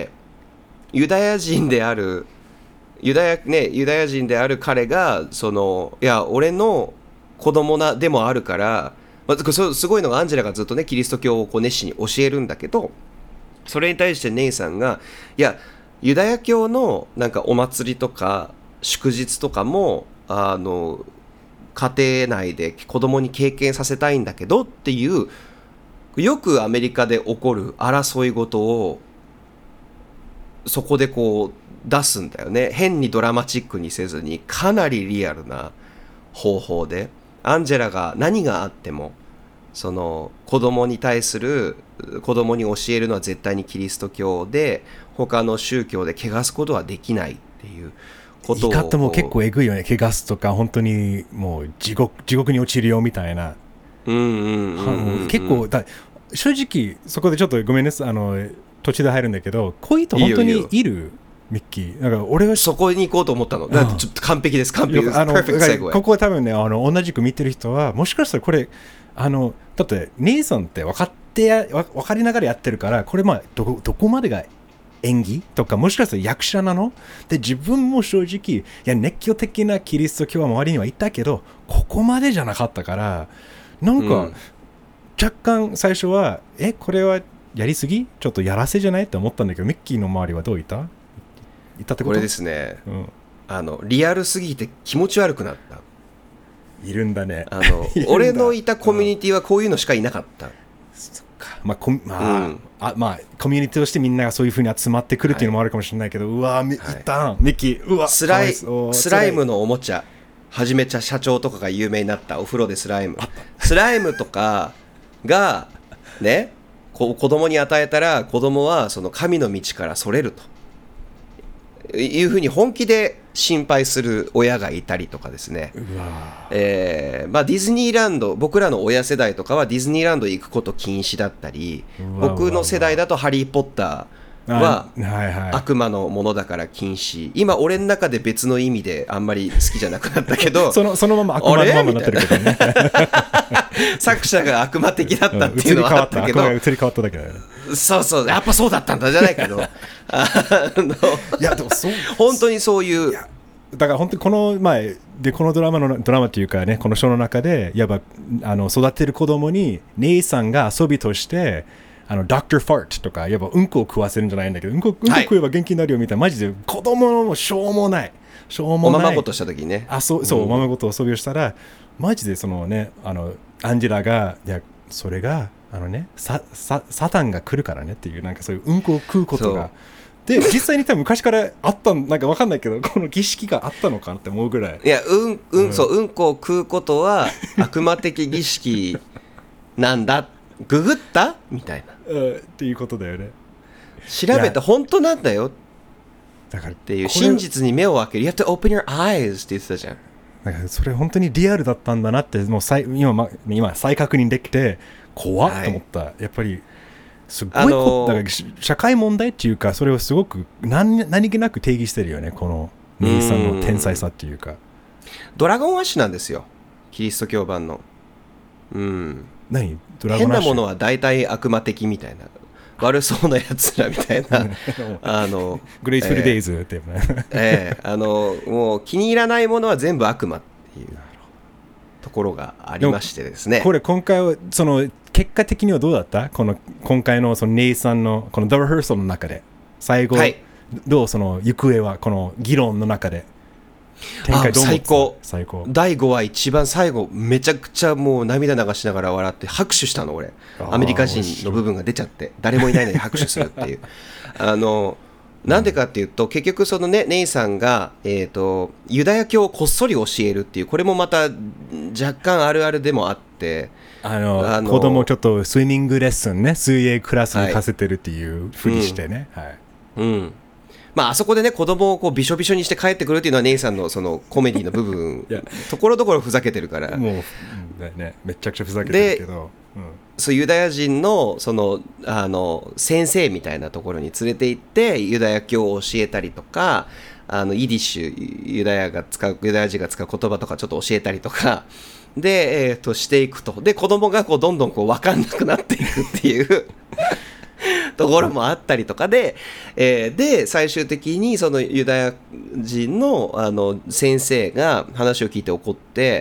S2: ユダヤ人であるユダヤね、ユダヤ人である彼がそのいや俺の子供なでもあるから、まあ、すごいのがアンジェラがずっとねキリスト教をこう熱心に教えるんだけど、それに対してネイさんがいやユダヤ教のなんかお祭りとか祝日とかもあの家庭内で子供に経験させたいんだけどっていう、よくアメリカで起こる争い事をそこでこう出すんだよね。変にドラマチックにせずにかなりリアルな方法で、アンジェラが何があってもその子供に対する子供に教えるのは絶対にキリスト教で、他の宗教で汚すことはできないっていうことを。
S1: 言い方も結構えぐいよね。汚すとか本当にもう地獄、地獄に落ちるよみたいな。
S2: うんうんうんうんうん、
S1: 結構だ正直そこでちょっとごめんね、あの途中で入るんだけど、こういう人本当にいる？いいよいいよミッキー。なんか俺は
S2: そこに行こうと思ったの。だってちょっと完璧です、完璧です。
S1: あのここは多分ね、あの同じく見てる人はもしかしたらこれあのだって姉さんって分かってや分かりながらやってるから、これまあ ど, どこまでが演技とか、もしかしたら役者なので、自分も正直いや熱狂的なキリスト教は周りにはいたけどここまでじゃなかったから、なんか、うん、若干最初はえこれはやりすぎちょっとやらせじゃないって思ったんだけど、ミッキーの周りはどういたいたってこと？
S2: これですね、うん、あのリアルすぎて気持ち悪くなった。
S1: いるんだね。
S2: あの俺のいたコミュニティはこういうのしかいなかった。
S1: そっか、まあコまあ、うん、あまあコミュニティとしてみんながそういう風に集まってくるっていうのもあるかもしれないけど、はい、うわいたんミッキー、うわ
S2: スライスライムのおもちゃはじめちゃ社長とかが有名になったお風呂でスライムスライムとかがね、こ子供に与えたら子供はその神の道からそれるというふうに本気で心配する親がいたりとかですね、
S1: うわ、
S2: えーまあ、ディズニーランド、僕らの親世代とかはディズニーランド行くこと禁止だったり、僕の世代だとハリー・ポッターは悪魔のものだから禁止。今俺の中で別の意味であんまり好きじゃなくなったけど
S1: その、そのまま悪魔のままになってるけどね
S2: 作者が悪魔的だったっていうのはあったけど、
S1: うん、移り変わっただけだよね。
S2: そうそう、やっぱそうだったんだじゃないけどあの
S1: いやでもそう
S2: 本当にそういう、
S1: だから本当にこの前でこのドラマのドラマというかね、このショーの中でやっぱあの育てる子供に姉さんが遊びとしてあのドクターファートとかやっぱうんこを食わせるんじゃないんだけど、うんこ、うんこ食えば元気になるよみたいな、マジで子供のしょうもないしょうもない
S2: おままごとした時にね、
S1: あそうそう、
S2: うん、
S1: おままごと遊びをしたらマジでそのね、あのアンジェラがいやそれがあのねサササタンが来るからねっていう、なんかそういううんこを食うことがで実際に多分昔からあったんなんか分かんないけど、この儀式があったのかなって思うぐらい。
S2: いやうんうん、うん、そううんこを食うことは悪魔的儀式なんだググったみたいな、
S1: うん、っていうことだよね。
S2: 調べて本当なんだよ
S1: だから
S2: っていう真実に目を開ける。You have to open your eyes って言ってたじゃん。
S1: だからそれ本当にリアルだったんだなってもう再 今, 今再確認できて怖っと思った、はい、やっぱりすごい、あのー、だから社会問題っていうかそれをすごく 何, 何気なく定義してるよね、このネイさんの天才さっていうか。
S2: ドラゴンアッシュなんですよ、キリスト教版の。うん
S1: 何ドラゴンアッシュ、変
S2: なものは大体悪魔的みたいな、悪そうなやつらみたいなあの
S1: グレイスフルデイズって
S2: えー、あのもう気に入らないものは全部悪魔っていうところがありましてですね。
S1: これ今回はその結果的にはどうだった？この今回のそのネイさんのこのThe Rehearsalの中で最後、はい、どうその行方はこの議論の中で
S2: 展開どう思った？最高。
S1: 最高。
S2: だいごわ一番最後めちゃくちゃもう涙流しながら笑って拍手したの俺。アメリカ人の部分が出ちゃって誰もいないのに拍手するっていうあのなんでかっていうと、結局そのねネイさんが、えーと、ユダヤ教をこっそり教えるっていう、これもまた若干あるあるでもあって、
S1: あのあの子供ちょっとスイミングレッスンね、水泳クラスに行かせてるっていうふりしてね、はい、はい
S2: うん、うんまあ、あそこでね子供をこうびしょびしょにして帰ってくるっていうのはネイさんのそのコメディの部分ところどころふざけてるから
S1: もう、ね、めちゃくちゃふざけてるけど、うん、
S2: そうユダヤ人 の, そのあの先生みたいなところに連れて行ってユダヤ教を教えたりとか、あのイディッシュユダヤが使うユダヤ人が使う言葉とかちょっと教えたりとかで、えー、としていくと、で子供がこうどんどんこう分かんなくなっていくっていうところもあったりとかで、えー、で最終的にそのユダヤ人 の, あの先生が話を聞いて怒って、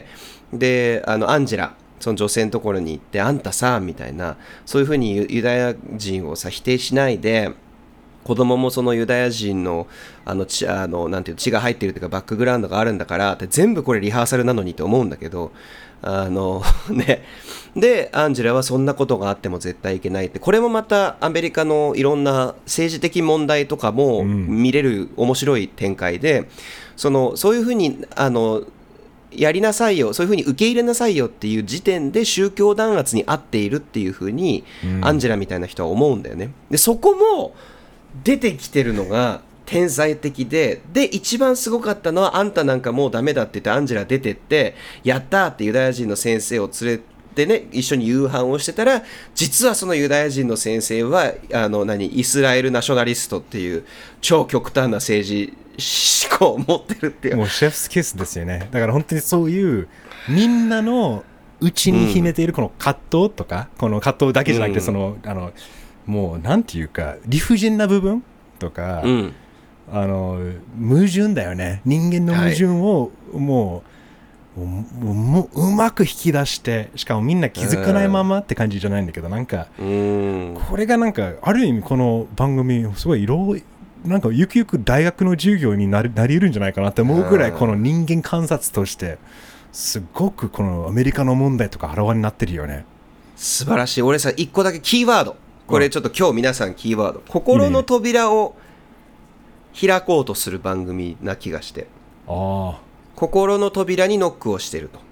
S2: であのアンジェラその女性のところに行って、あんたさみたいな、そういうふうにユダヤ人をさ否定しないで、子供もそのユダヤ人 の, あの 血, あのなんていう血が入っているというかバックグラウンドがあるんだからって、全部これリハーサルなのにって思うんだけど、あのね、でアンジェラはそんなことがあっても絶対いけないって、これもまたアメリカのいろんな政治的問題とかも見れる面白い展開で、うん、そのそういうふうにあのやりなさいよ、そういうふうに受け入れなさいよっていう時点で宗教弾圧に遭っているっていうふうに、うん、アンジェラみたいな人は思うんだよね。でそこも出てきてるのが天才的で、で一番すごかったのは、あんたなんかもうダメだって言ってアンジェラ出てって、やったーってユダヤ人の先生を連れてね一緒に夕飯をしてたら、実はそのユダヤ人の先生はあの何イスラエルナショナリストっていう超極端な政治思考を持ってるっていう、
S1: もうシェフスキスですよね。だから本当にそういうみんなの内に秘めているこの葛藤とか、うん、この葛藤だけじゃなくて、その、うん、あのもうなんていうか理不尽な部分とか、うんあの矛盾だよね。人間の矛盾をもう、はい、もうもううまく引き出して、しかもみんな気づかないままって感じじゃないんだけど、なんか
S2: うん
S1: これがなんかある意味この番組すごい色なんかゆくゆく大学の授業になり得るんじゃないかなって思うぐらい、この人間観察としてすごくこのアメリカの問題とかあらわになってるよね。
S2: 素晴らしい。俺さ一個だけキーワード、これちょっと今日皆さんキーワード、心の扉を開こうとする番組な気がして、
S1: あ
S2: 心の扉にノックをしてると。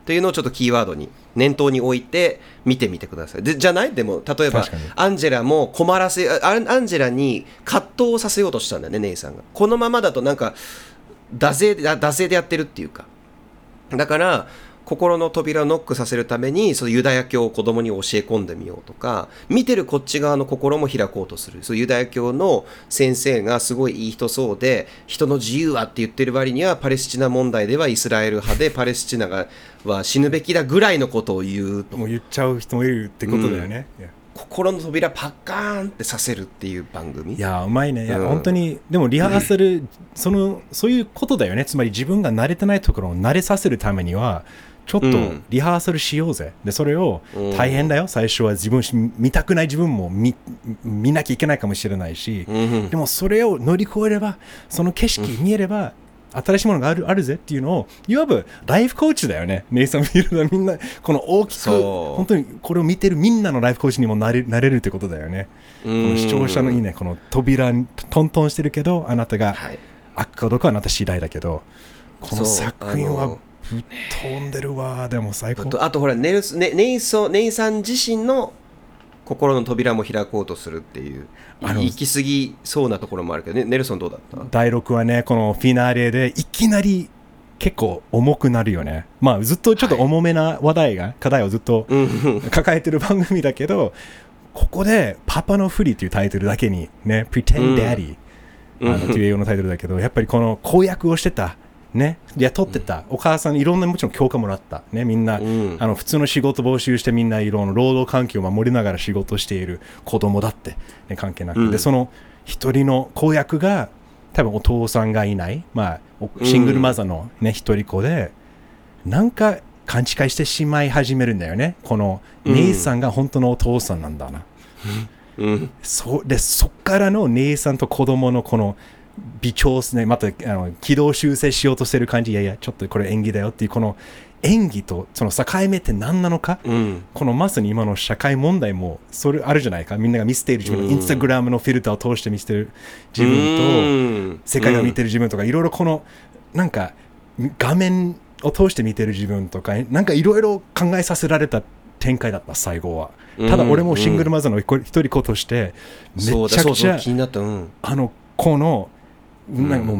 S2: というのをちょっとキーワードに念頭に置いて見てみてください。でじゃないでも例えばアンジェラも困らせアンジェラに葛藤をさせようとしたんだよね、ネイさんが。このままだとなんか惰性で惰性でやってるっていうか、だから心の扉をノックさせるためにそのユダヤ教を子供に教え込んでみようとか、見てるこっち側の心も開こうとする。そうユダヤ教の先生がすごいいい人そうで、人の自由はって言ってる割にはパレスチナ問題ではイスラエル派でパレスチナがは死ぬべきだぐらいのことを言うと。
S1: もう言っちゃう人もいるってことだよね、うん、
S2: 心の扉パッカーンってさせるっていう番組。
S1: いやうまいね。いや、うん、本当にでもリハーサル、うん、そのそういうことだよね。つまり自分が慣れてないところを慣れさせるためにはちょっとリハーサルしようぜ、でそれを大変だよ、最初は自分見たくない自分も 見, 見なきゃいけないかもしれないし、うん、でもそれを乗り越えればその景色見えれば、うん、新しいものがあ る, あるぜっていうのをいわばライフコーチだよね。ネイさん見るのみんなこの大きく本当にこれを見てるみんなのライフコーチにもな れ, なれるってことだよね。この視聴者のいいね、この扉にトントンしてるけどあなたが開くかどうかはあなた次第だけど、この作品はぶっ飛んでるわ。でも最高。
S2: あとほらネルス、ね、ネイソネイさん自身の心の扉も開こうとするっていう行き過ぎそうなところもあるけど、ね、ネルソンどうだった？
S1: だいろくはね、このフィナーレでいきなり結構重くなるよね。まあずっとちょっと重めな話題が、はい、課題をずっと抱えてる番組だけど、ここでパパのふりというタイトルだけにね、Pretend Daddy、うん、あのという英語のタイトルだけど、やっぱりこの公約をしてたね、雇ってた、うん、お母さんにいろんなもちろん教科もらった、ね、みんな、うん、あの普通の仕事募集してみんないろんな労働環境を守りながら仕事している子供だって、ね、関係なく、うん、でその一人の公約が多分お父さんがいない、まあ、シングルマザーの、ね、一人子でなんか勘違いしてしまい始めるんだよね。この姉さんが本当のお父さんなんだな、うん、そ, でそっからの姉さんと子供のこの微調ですね、またあの軌道修正しようとしてる感じ、いやいやちょっとこれ演技だよっていうこの演技とその境目って何なのか、うん、このまさに今の社会問題もそれあるじゃないか。みんなが見せている自分のインスタグラムのフィルターを通して見せてる自分と世界を見てる自分とかいろいろこのなんか画面を通して見てる自分とかなんかいろいろ考えさせられた展開だった最後は。ただ俺もシングルマザーの一人子としてめちゃくちゃあの子のなんかもう、うん、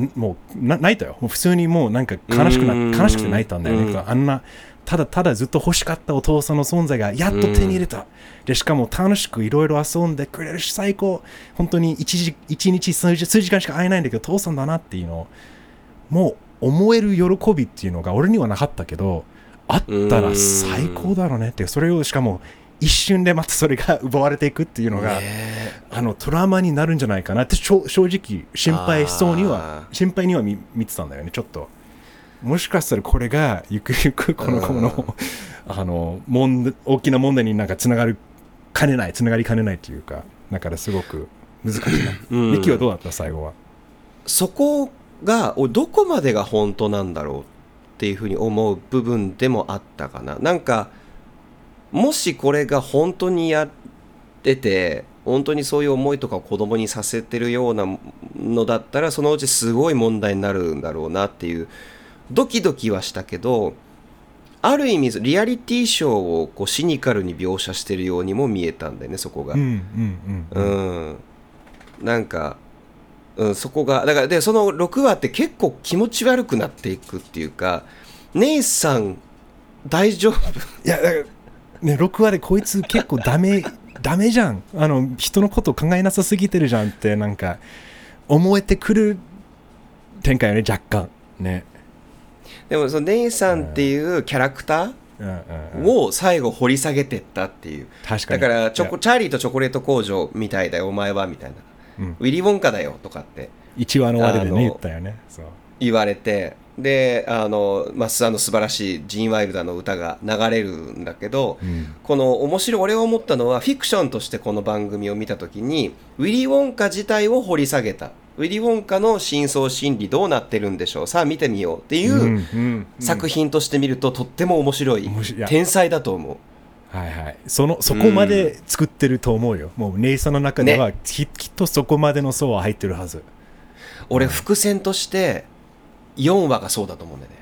S1: もう泣いたよ。もう普通にもうなんか悲しくな悲しくて泣いたんだよね、うん、あんなただただずっと欲しかったお父さんの存在がやっと手に入れた、うん、でしかも楽しくいろいろ遊んでくれるし最高、本当に一時一日数時、数時間しか会えないんだけど父さんだなっていうのをもう思える喜びっていうのが俺にはなかったけどあったら最高だろうねって、それをしかも一瞬でまたそれが奪われていくっていうのが、ね、あのトラウマになるんじゃないかなって正直心配しそうには心配には 見, 見てたんだよね。ちょっともしかしたらこれがゆくゆくこの子のあの問大きな問題になんかつながるかねないつながりかねないというか、だからすごく難しいな。ミキはどうだった最後は？
S2: そこがどこまでが本当なんだろうっていうふうに思う部分でもあったかな。なんかもしこれが本当にやってて本当にそういう思いとかを子供にさせてるようなのだったらそのうちすごい問題になるんだろうなっていうドキドキはしたけど、ある意味リアリティショーをこうシニカルに描写してるようにも見えたんだよね、そこが。うんうんうん、うん、なんか、うん、そこがだからでそのろくわって結構気持ち悪くなっていくっていうか、姉さん大丈夫？
S1: いやだからね、ろくわでこいつ結構ダメダメじゃん、あの人のことを考えなさすぎてるじゃんってなんか思えてくる展開よね、若干ね。
S2: でもその姉さんっていうキャラクターを最後掘り下げてったっていう、確かにだからチョコチャーリーとチョコレート工場みたいだよお前はみたいな、うん、ウィリー・ウォンカだよとかって
S1: いちわの終わりでね言ったよね。そう
S2: 言われて、であの、まあ、あの素晴らしいジーン・ワイルダーの歌が流れるんだけど、うん、この面白い俺が思ったのはフィクションとしてこの番組を見たときにウィリー・ウォンカ自体を掘り下げた、ウィリー・ウォンカの深層心理どうなってるんでしょう、さあ見てみようっていう作品として見るととっても面白い、天才だと思う。
S1: はいはい、そのそこまで作ってると思うよ、うん、もうネイさんの中では、ね、き, きっとそこまでの層は入ってるはず。
S2: 俺伏線としてよんわがそうだと思うんだよね。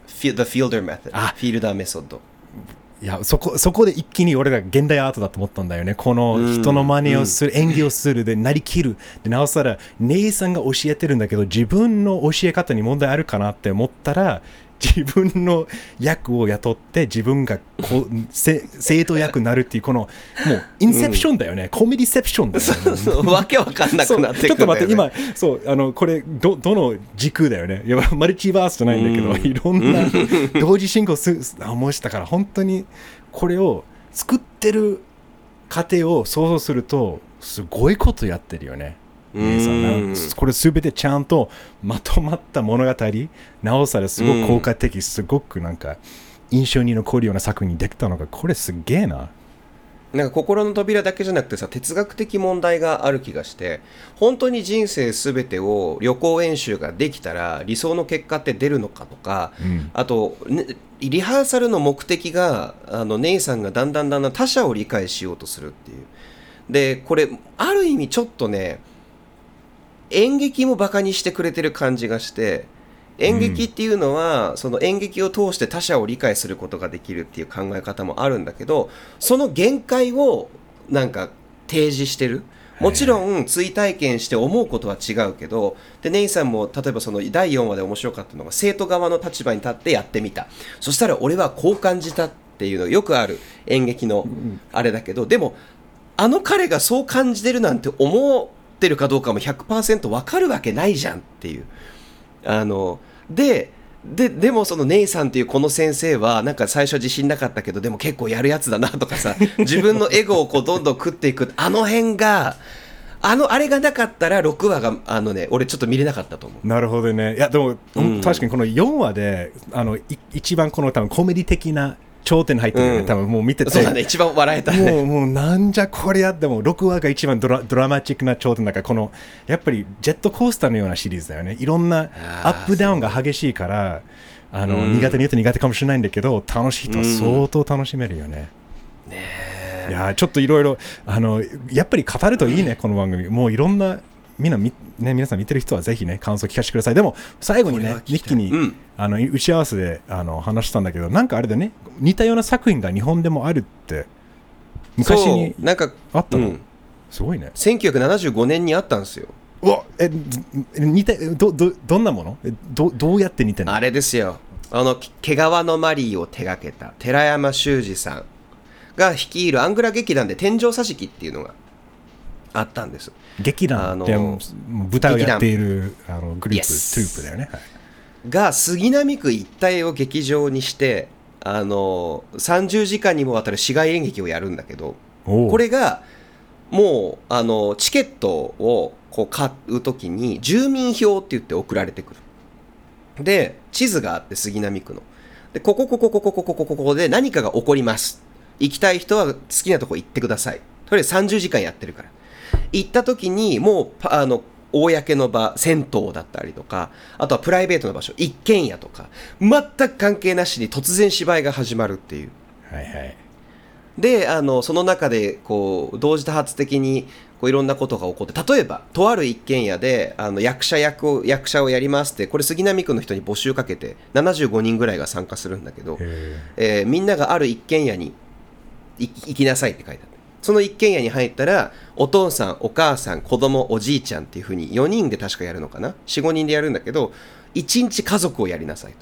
S2: The Fielder Method
S1: あ
S2: フィールダーメソッド。
S1: いやそこそこで一気に俺が現代アートだと思ったんだよね。この人の真似をする、演技をするでなりきるで、なおさら姉さんが教えてるんだけど自分の教え方に問題あるかなって思ったら、自分の役を雇って自分がこう生徒役になるっていう、このもうインセプションだよね、うん、コメディセプションだよね。
S2: そうそうわけわかんなくなってくるんだよね。
S1: ちょっと待って、今そうあのこれ ど, どの時空だよね。いやマルチバースじゃないんだけど、うん、いろんな同時進行す思いしたから、本当にこれを作ってる過程を想像するとすごいことやってるよね。うんこれすべてちゃんとまとまった物語、なおさらすごく効果的、うん、すごくなんか印象に残るような作品にできたのが、これすげえな。
S2: なんか心の扉だけじゃなくてさ、哲学的問題がある気がして、本当に人生すべてを旅行演習ができたら理想の結果って出るのかとか、うん、あと、ね、リハーサルの目的があのネイさんがだんだんだんだん他者を理解しようとするっていう。でこれある意味ちょっとね、演劇もバカにしてくれてる感じがして、演劇っていうのは、うん、その演劇を通して他者を理解することができるっていう考え方もあるんだけど、その限界をなんか提示してる。もちろん追体験して思うことは違うけど、でネイさんも例えばそのだいよんわで面白かったのが、生徒側の立場に立ってやってみた、そしたら俺はこう感じたっていうのがよくある演劇のあれだけど、でもあの彼がそう感じてるなんて思うってるかどうかも ひゃくパーセント 分かるわけないじゃんっていう。あのでででもそのネイさんっていうこの先生はなんか最初自信なかったけど、でも結構やるやつだなとかさ、自分のエゴをこうどんどん食っていく、あの辺があのあれがなかったらろくわがあのね、俺ちょっと見れなかったと思う。
S1: なるほどね。いやでも、うん、確かにこのよんわであの一番この多分コメディ的な頂点に入ってるよね、うん、多分もう見てて、
S2: そうだね、一番笑えたね。
S1: もう、もうなんじゃこりゃ。でもろくわが一番ド ラ, ドラマチックな頂点だから、このやっぱりジェットコースターのようなシリーズだよね。いろんなアップダウンが激しいから、あの、うん、苦手に言うと苦手かもしれないんだけど、楽しい人は相当楽しめるよね。
S2: うん、ねえ。
S1: いやちょっといろいろあのやっぱり語るといいね、この番組。もういろんなみんなみ、ね、皆さん見てる人はぜひね感想聞かせてください。でも最後にねミッキーに、うん、あの打ち合わせであの話したんだけど、なんかあれだね、似たような作品が日本でもあるって昔に
S2: なんか
S1: あったの、うん、すごいね。
S2: せんきゅうひゃくななじゅうごねんにあったんですよ。
S1: うわえ似た ど, ど, どんなもの ど, どうやって似てるの？
S2: あれですよ、あの毛皮のマリーを手掛けた寺山修司さんが率いるアングラ劇団で天井桟敷っていうのがあったんです。
S1: 劇団って舞台をやっているあのグループ、yes. トゥープだよね、はい、
S2: が杉並区一帯を劇場にしてあのさんじゅうじかんにもわたる市外演劇をやるんだけど、これがもうあのチケットをこう買うときに住民票って言って送られてくる。で地図があって、杉並区のでこここここここここここで何かが起こります、行きたい人は好きなとこ行ってください、とりあえずさんじゅうじかんやってるから。行った時にもうあの公の場、銭湯だったりとか、あとはプライベートな場所、一軒家とか全く関係なしに突然芝居が始まるっていう、
S1: はいはい、
S2: であのその中でこう同時多発的にこういろんなことが起こって、例えばとある一軒家であの役者役を役者をやりますって、これ杉並区の人に募集かけてななじゅうごにんぐらいが参加するんだけど、えー、みんながある一軒家に行きなさいって書いてある。その一軒家に入ったらお父さんお母さん子供おじいちゃんっていう風によにんで確かやるのかな、 よんごにんでやるんだけど、いちにち家族をやりなさいと。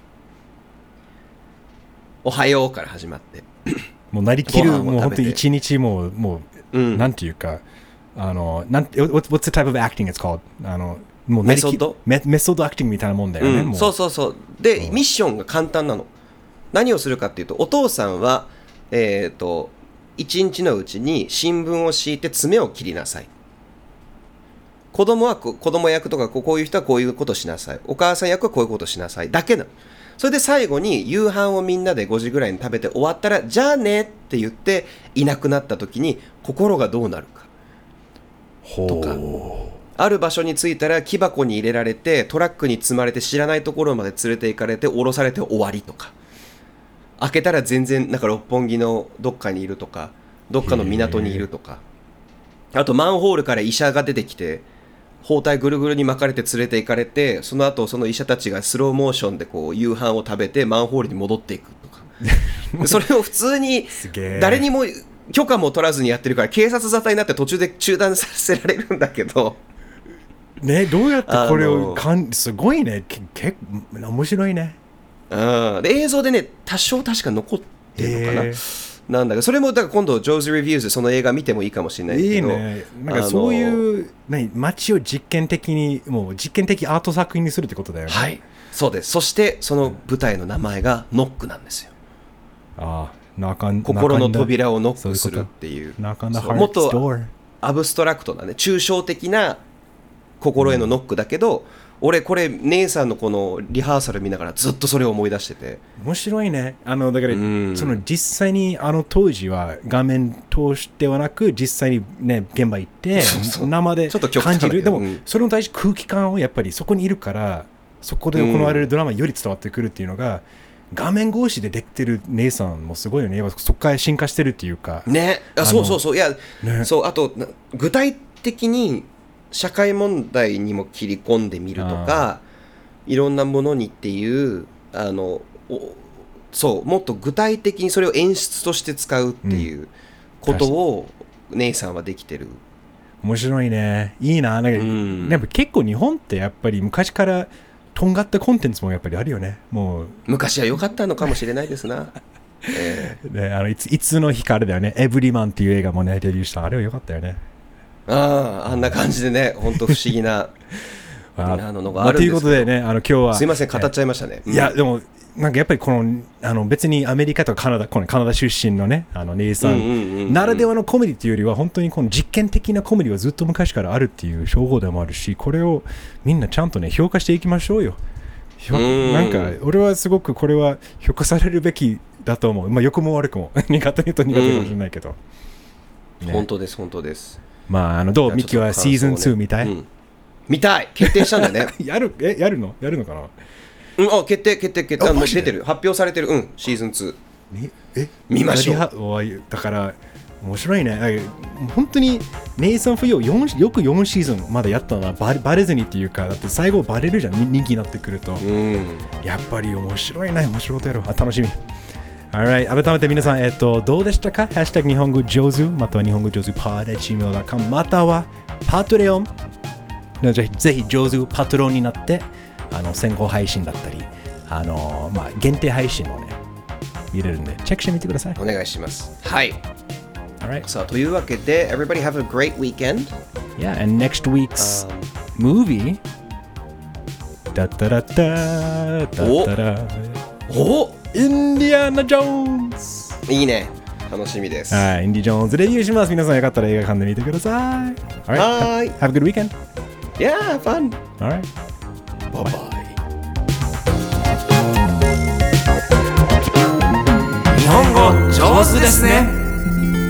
S2: おはようから始まって
S1: もうなりきる、もう本当にいちにちもうもう、うん、なんていうかあのなん what's the type of acting it's called あのもうメソッドメメソッドアクティングみたいなもんだよね、うん、もう
S2: そうそうそう。でミッションが簡単なの。何をするかっていうと、お父さんはえっ、ー、といちにちのうちに新聞を敷いて爪を切りなさい。子供は子供役とかこういう人はこういうことしなさい。お母さん役はこういうことしなさいだけなの。それで最後に夕飯をみんなでごじぐらいに食べて終わったらじゃあねって言っていなくなった時に心がどうなるかとか、ある場所に着いたら木箱に入れられてトラックに積まれて知らないところまで連れて行かれて降ろされて終わりとか、開けたら全然なんか六本木のどっかにいるとか、どっかの港にいるとか、あとマンホールから医者が出てきて包帯ぐるぐるに巻かれて連れて行かれて、その後その医者たちがスローモーションでこう夕飯を食べてマンホールに戻っていくとかそれを普通に誰にも許可も取らずにやってるから、警察沙汰になって途中で中断させられるんだけど
S1: ね、どうやってこれをかんすごいね、結構面白いね。
S2: うん、で映像でね多少確か残ってるのかな、えー、なんだかそれもだから今度ジョーズレビューズでその映画見てもいいかもしれないけど、
S1: いいね、なんかそういう何街を実験的にもう実験的アート作品にするってことだよね。
S2: はい、そうです。そしてその舞台の名前がノックなんですよ。
S1: ああ、なかん
S2: 心の扉をノックするっていう、
S1: も
S2: っとアブストラクトなね、抽象的な心へのノックだけど、うん、俺これ姉さんのこのリハーサル見ながらずっとそれを思い出してて
S1: 面白いね。あのだから、うん、その実際にあの当時は画面通してはなく実際にね現場行って生で感じる。でも、うん、それに対して空気感をやっぱりそこにいるからそこで行われるドラマより伝わってくるっていうのが、うん、画面越しでできてる姉さんもすごいよね。そこから進化してるっていうか
S2: ね。あそうそうそういや、ね、そうあと具体的に社会問題にも切り込んでみるとかいろんなものにっていうあのそうもっと具体的にそれを演出として使うっていうことを姉さんはできてる。
S1: 面白いね。いいな。なんか、うん、やっぱ結構日本ってやっぱり昔からとんがったコンテンツもやっぱりあるよね。もう
S2: 昔は良かったのかもしれないですな。
S1: えー、であのいついつの日かあれだよね。エブリマンっていう映画もねデビューした。あれは良かったよね。
S2: ああ、あんな感じでね、本当不思議なあのがあるんですけど、まあ、ということでね、あの今日はすいません語っちゃいましたね。
S1: いやでもなんかやっぱりこのあの別にアメリカとかカナダこのカナダ出身のねあの姉さんならではのコメディというよりは本当にこの実験的なコメディはずっと昔からあるっていう称号でもあるし、これをみんなちゃんとね評価していきましょうよ。なんか俺はすごくこれは評価されるべきだと思う。まあ良くも悪くも苦手に言うと苦手かもしれないけど、
S2: ね、本当です本当です。
S1: まあ、あのどうミキはシーズンツー見たい、うん、
S2: 見たい決定したんだね
S1: やるえやるのやるのかな、
S2: うん、あ決定決定決定あもう出てる発表されてるうんシーズンツーえ見ましょう。
S1: だから面白いね。本当にネイサン・フォーよくよんシーズンまだやったのはバレ、バレずにっていうかだって最後バレるじゃん人気になってくると、うん、やっぱり面白いね。面白いことやろう。あ楽しみ。Alright、改めて皆さん、えっと、どうでしたか？ハッシュタグ日本語上手、または日本語上手パーで ジーメールドットコム またはパトレオンぜひ、ぜひ上手パトロンになってあの先行配信だったりあの、まあ、限定配信をね見れるんでチェックしてみてください。
S2: お願いします。はい。
S1: Alright、
S2: さあというわけで Everybody have a great weekend.
S1: Yeah, and next week's、um, movie ダッタラッタダッタラ
S2: おお
S1: インディアナ・ジョーンズ
S2: いいね。楽しみです。
S1: はい、インディ・ジョーンズレビューします。皆さんよかったら映画館で見てください。
S2: はい。
S1: Have a good weekend.
S2: Yeah, fun.
S1: Alright.
S2: Bye bye.
S3: 日本語上手ですね。